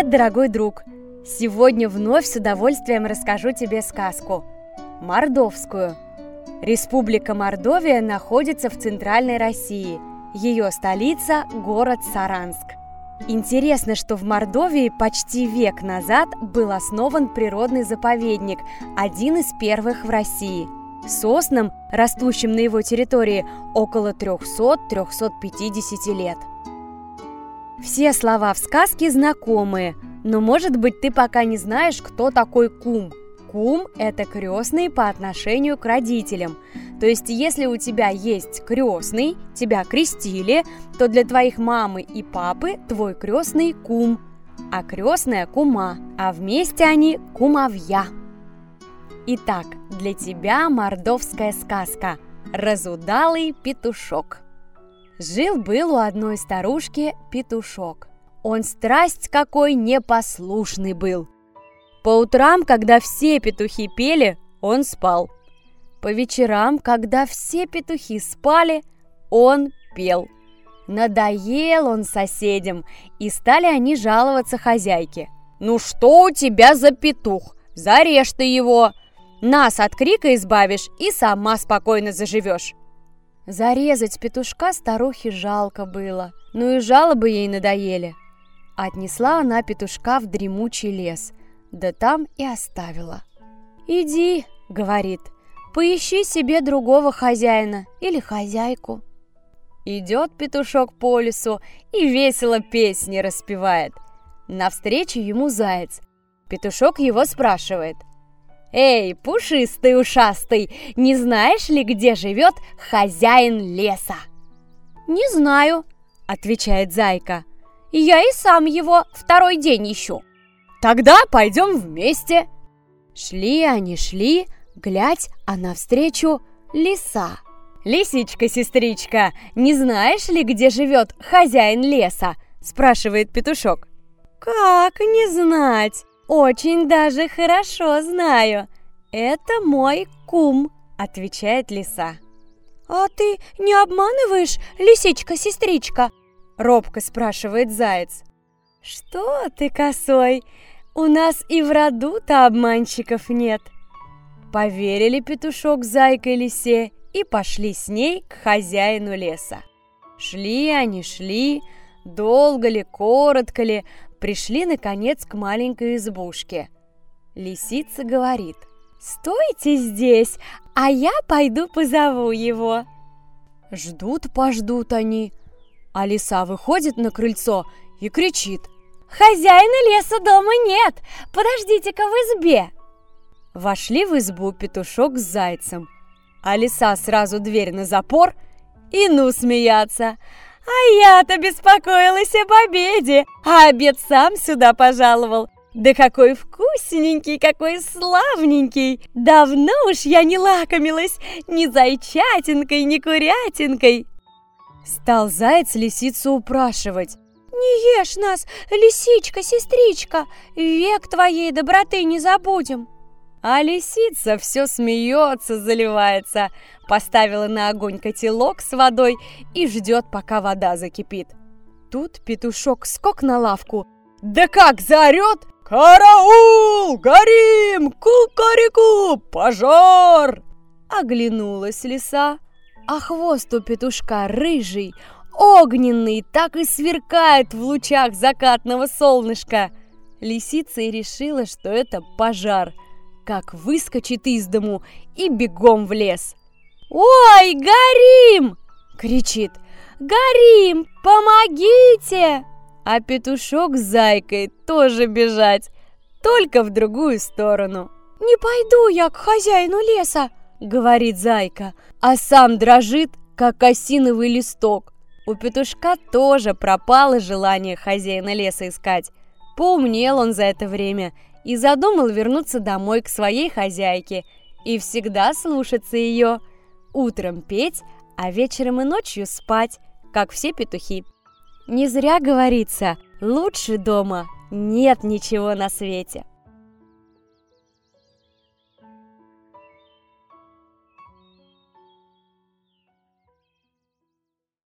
Привет, дорогой друг! Сегодня вновь с удовольствием расскажу тебе сказку. Мордовскую. Республика Мордовия находится в Центральной России. Ее столица – город Саранск. Интересно, что в Мордовии почти век назад был основан природный заповедник, один из первых в России. Соснам, растущим на его территории, около 300-350 лет. Все слова в сказке знакомые, но, может быть, ты пока не знаешь, кто такой кум. Кум – это крестный по отношению к родителям. То есть, если у тебя есть крестный, тебя крестили, то для твоих мамы и папы твой крестный кум, а крестная кума, а вместе они кумовья. Итак, для тебя мордовская сказка «Разудалый петушок». Жил-был у одной старушки петушок. Он страсть какой непослушный был. По утрам, когда все петухи пели, он спал. По вечерам, когда все петухи спали, он пел. Надоел он соседям, и стали они жаловаться хозяйке. «Ну что у тебя за петух? Зарежь ты его! Нас от крика избавишь и сама спокойно заживешь!» Зарезать петушка старухе жалко было, но и жалобы ей надоели. Отнесла она петушка в дремучий лес, да там и оставила. «Иди, — говорит, — поищи себе другого хозяина или хозяйку». Идет петушок по лесу и весело песни распевает. Навстречу ему заяц. Петушок его спрашивает: «Эй, пушистый, ушастый, не знаешь ли, где живет хозяин леса?» «Не знаю, — отвечает зайка, — я и сам его второй день ищу». «Тогда пойдем вместе». Шли они, шли, глядь, а навстречу лиса. «Лисичка-сестричка, не знаешь ли, где живет хозяин леса?» — спрашивает петушок. «Как не знать? Очень даже хорошо знаю. Это мой кум», — отвечает лиса. «А ты не обманываешь, лисичка-сестричка?» — робко спрашивает заяц. «Что ты, косой? У нас и в роду-то обманщиков нет». Поверили петушок зайкой лисе и пошли с ней к хозяину леса. Шли они, шли, долго ли, коротко ли, пришли, наконец, к маленькой избушке. Лисица говорит: «Стойте здесь, а я пойду позову его». Ждут-пождут они, а лиса выходит на крыльцо и кричит: «Хозяина леса дома нет, подождите-ка в избе». Вошли в избу петушок с зайцем, а лиса сразу дверь на запор и ну смеяться. «А я-то беспокоилась об обеде, а обед сам сюда пожаловал. Да какой вкусненький, какой славненький! Давно уж я не лакомилась ни зайчатинкой, ни курятинкой». Стал заяц лисицу упрашивать: «Не ешь нас, лисичка-сестричка, век твоей доброты не забудем». А лисица все смеется, заливается, поставила на огонь котелок с водой и ждет, пока вода закипит. Тут петушок скок на лавку, да как заорет: «Караул! Горим! Кукареку! Пожар!» Оглянулась лиса, а хвост у петушка рыжий, огненный, так и сверкает в лучах закатного солнышка. Лисица и решила, что это пожар, как выскочит из дому и бегом в лес. «Ой, горим!» — кричит. «Горим! Помогите!» А петушок с зайкой тоже бежать, только в другую сторону. «Не пойду я к хозяину леса!» — говорит зайка, а сам дрожит, как осиновый листок. У петушка тоже пропало желание хозяина леса искать. Поумнел он за это время и задумал вернуться домой к своей хозяйке и всегда слушаться ее, утром петь, а вечером и ночью спать, как все петухи. Не зря говорится: лучше дома нет ничего на свете.